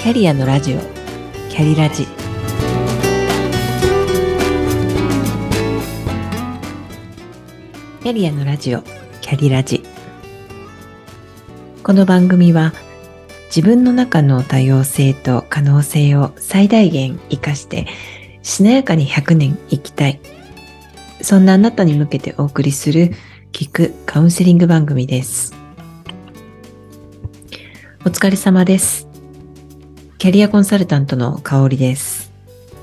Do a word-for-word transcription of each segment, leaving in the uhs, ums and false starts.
キャリアのラジオ、キャリラジ。キャリアのラジオ、キャリラジ。この番組は自分の中の多様性と可能性を最大限生かしてしなやかにひゃくねん生きたい、そんなあなたに向けてお送りする聞くカウンセリング番組です。お疲れ様です。キャリアコンサルタントの香織です。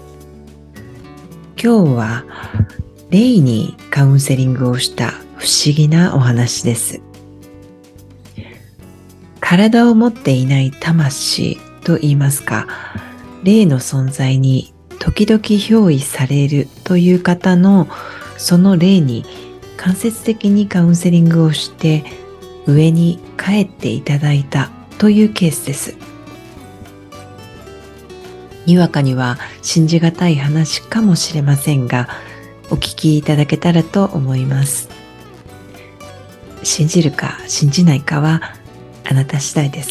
今日はレイにカウンセリングをした不思議なお話です。体を持っていない魂と言いますか、霊の存在に時々憑依されるという方のその霊に間接的にカウンセリングをして上に帰っていただいたというケースです。にわかには信じがたい話かもしれませんが、お聞きいただけたらと思います。信じるか信じないかはあなた次第です。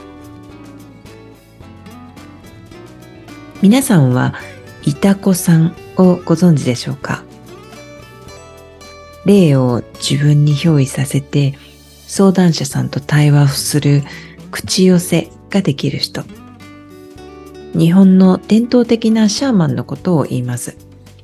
皆さんはいたこさんをご存知でしょうか？霊を自分に憑依させて相談者さんと対話をする口寄せができる人。日本の伝統的なシャーマンのことを言います。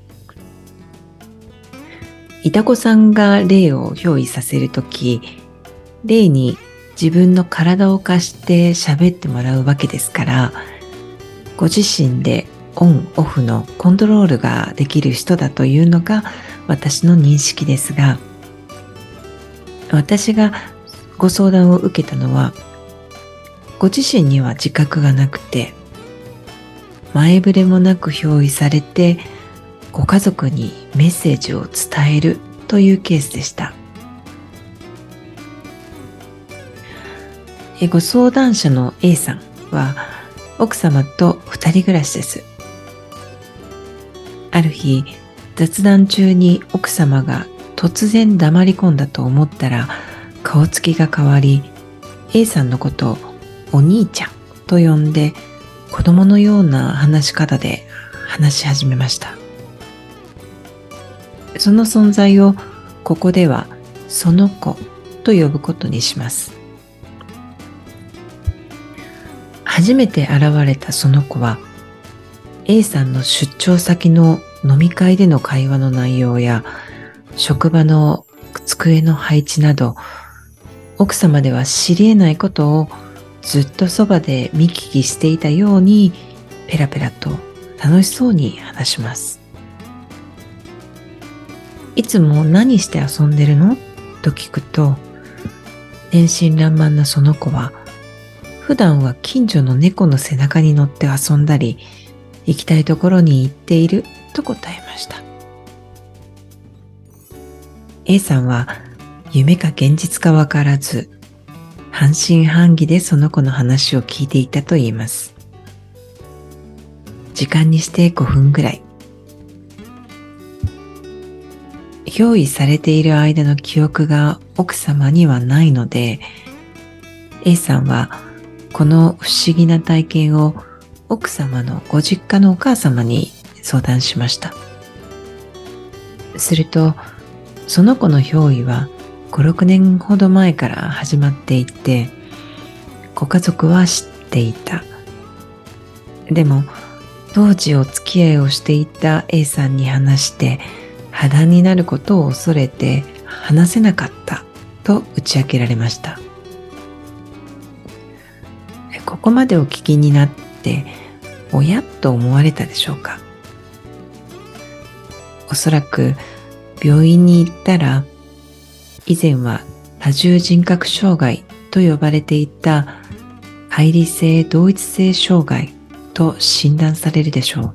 いたこさんが霊を憑依させるとき、霊に自分の体を貸して喋ってもらうわけですから、ご自身でオンオフのコントロールができる人だというのが私の認識ですが、私がご相談を受けたのは、ご自身には自覚がなくて、前触れもなく憑依されてご家族にメッセージを伝えるというケースでした。ご相談者の A さんは奥様と二人暮らしです。ある日、雑談中に奥様が突然黙り込んだと思ったら顔つきが変わり、 A さんのことをお兄ちゃんと呼んで子供のような話し方で話し始めました。その存在をここではその子と呼ぶことにします。初めて現れたその子は A さんの出張先の飲み会での会話の内容や職場の机の配置など、奥様では知り得ないことをずっとそばで見聞きしていたようにペラペラと楽しそうに話します。いつも何して遊んでるの？と聞くと、天真爛漫なその子は普段は近所の猫の背中に乗って遊んだり、行きたいところに行っていると答えました。 A さんは夢か現実かわからず、半信半疑でその子の話を聞いていたといいます。時間にしてごふんぐらい。憑依されている間の記憶が奥様にはないので、 A さんはこの不思議な体験を奥様のご実家のお母様に相談しました。すると、その子の憑依はご、ろくねんほど前から始まっていて、ご家族は知っていた。でも、当時お付き合いをしていた A さんに話して破談になることを恐れて話せなかったと打ち明けられました。ここまでお聞きになっておやっと思われたでしょうか？おそらく病院に行ったら、以前は多重人格障害と呼ばれていた乖離性同一性障害と診断されるでしょう。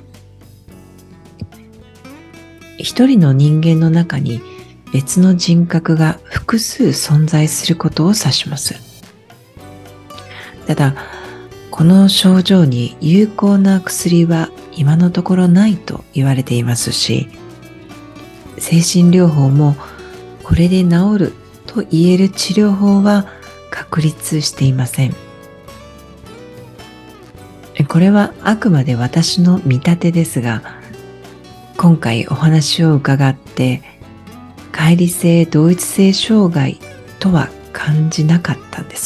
一人の人間の中に別の人格が複数存在することを指します。ただ、この症状に有効な薬は今のところないと言われていますし、精神療法もこれで治ると言える治療法は確立していません。 これはあくまで私の見立てですが、今回お話を伺って乖離性同一性障害とは感じなかったんです。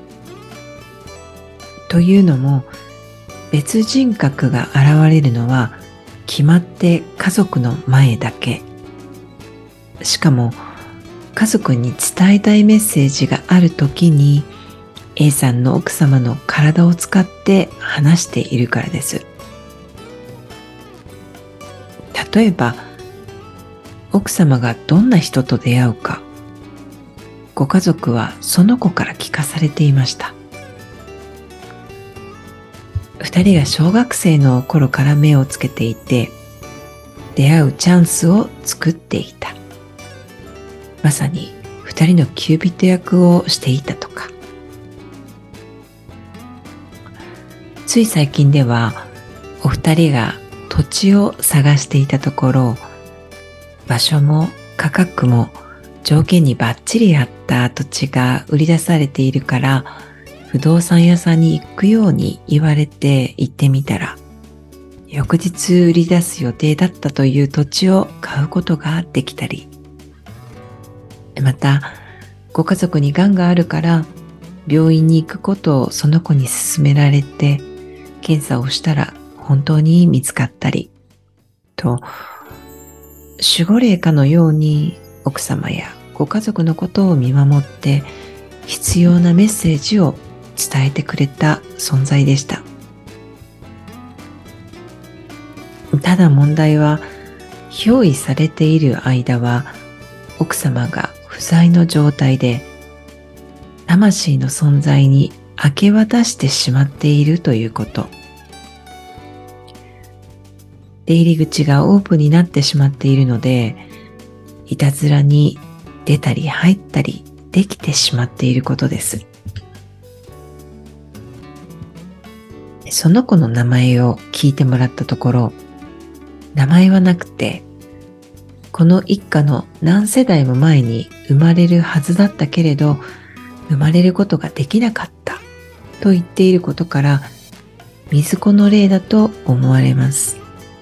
というのも、別人格が現れるのは決まって家族の前だけ。しかも家族に伝えたいメッセージがあるときに A さんの奥様の体を使って話しているからです。例えば、奥様がどんな人と出会うか、ご家族はその子から聞かされていました。二人が小学生の頃から目をつけていて、出会うチャンスを作っていた。まさに二人のキューピッド役をしていたとか。つい最近では、お二人が土地を探していたところ、場所も価格も条件にバッチリ合った土地が売り出されているから、不動産屋さんに行くように言われて行ってみたら、翌日売り出す予定だったという土地を買うことができたり、またご家族にがんがあるから病院に行くことをその子に勧められて、検査をしたら本当に見つかったりと、守護霊かのように奥様やご家族のことを見守って必要なメッセージを伝えてくれた存在でした。ただ問題は、憑依されている間は奥様が不在の状態で魂の存在に明け渡してしまっているということ。出入り口がオープンになってしまっているので、いたずらに出たり入ったりできてしまっていることです。その子の名前を聞いてもらったところ、名前はなくて、この一家の何世代も前に生まれるはずだったけれど、生まれることができなかったと言っていることから、水子の霊だと思われます。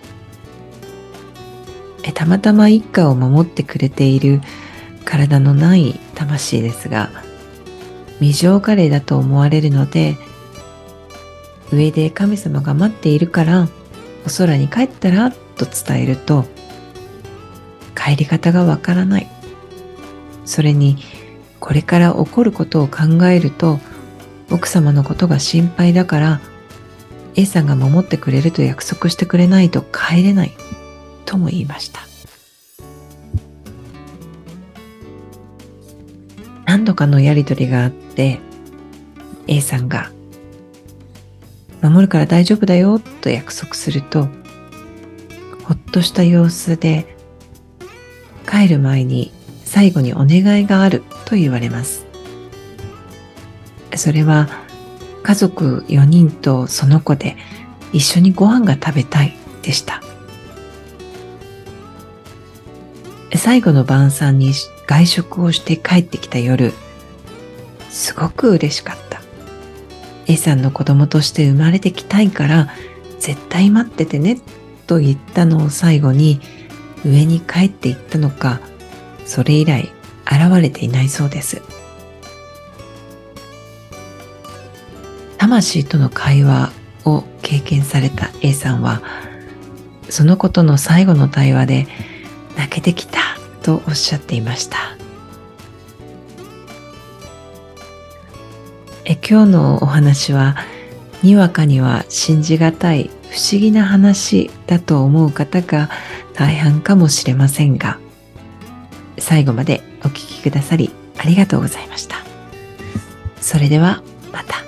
たまたま一家を守ってくれている体のない魂ですが、未浄化霊だと思われるので、上で神様が待っているからお空に帰ったらと伝えると、帰り方がわからない。それにこれから起こることを考えると、奥様のことが心配だから A さんが守ってくれると約束してくれないと帰れないとも言いました。何度かのやりとりがあって、 A さんが守るから大丈夫だよと約束すると、ほっとした様子で、帰る前に最後にお願いがあると言われます。それは家族よにんとその子で一緒にご飯が食べたいでした。最後の晩餐に外食をして帰ってきた夜、すごく嬉しかった。A さんの子供として生まれてきたいから絶対待っててねと言ったのを最後に上に帰っていったのか、それ以来現れていないそうです。魂との会話を経験された A さんは、そのことの最後の対話で泣けてきたとおっしゃっていました。え今日のお話は、にわかには信じがたい不思議な話だと思う方が大半かもしれませんが、最後までお聞きくださりありがとうございました。それではまた。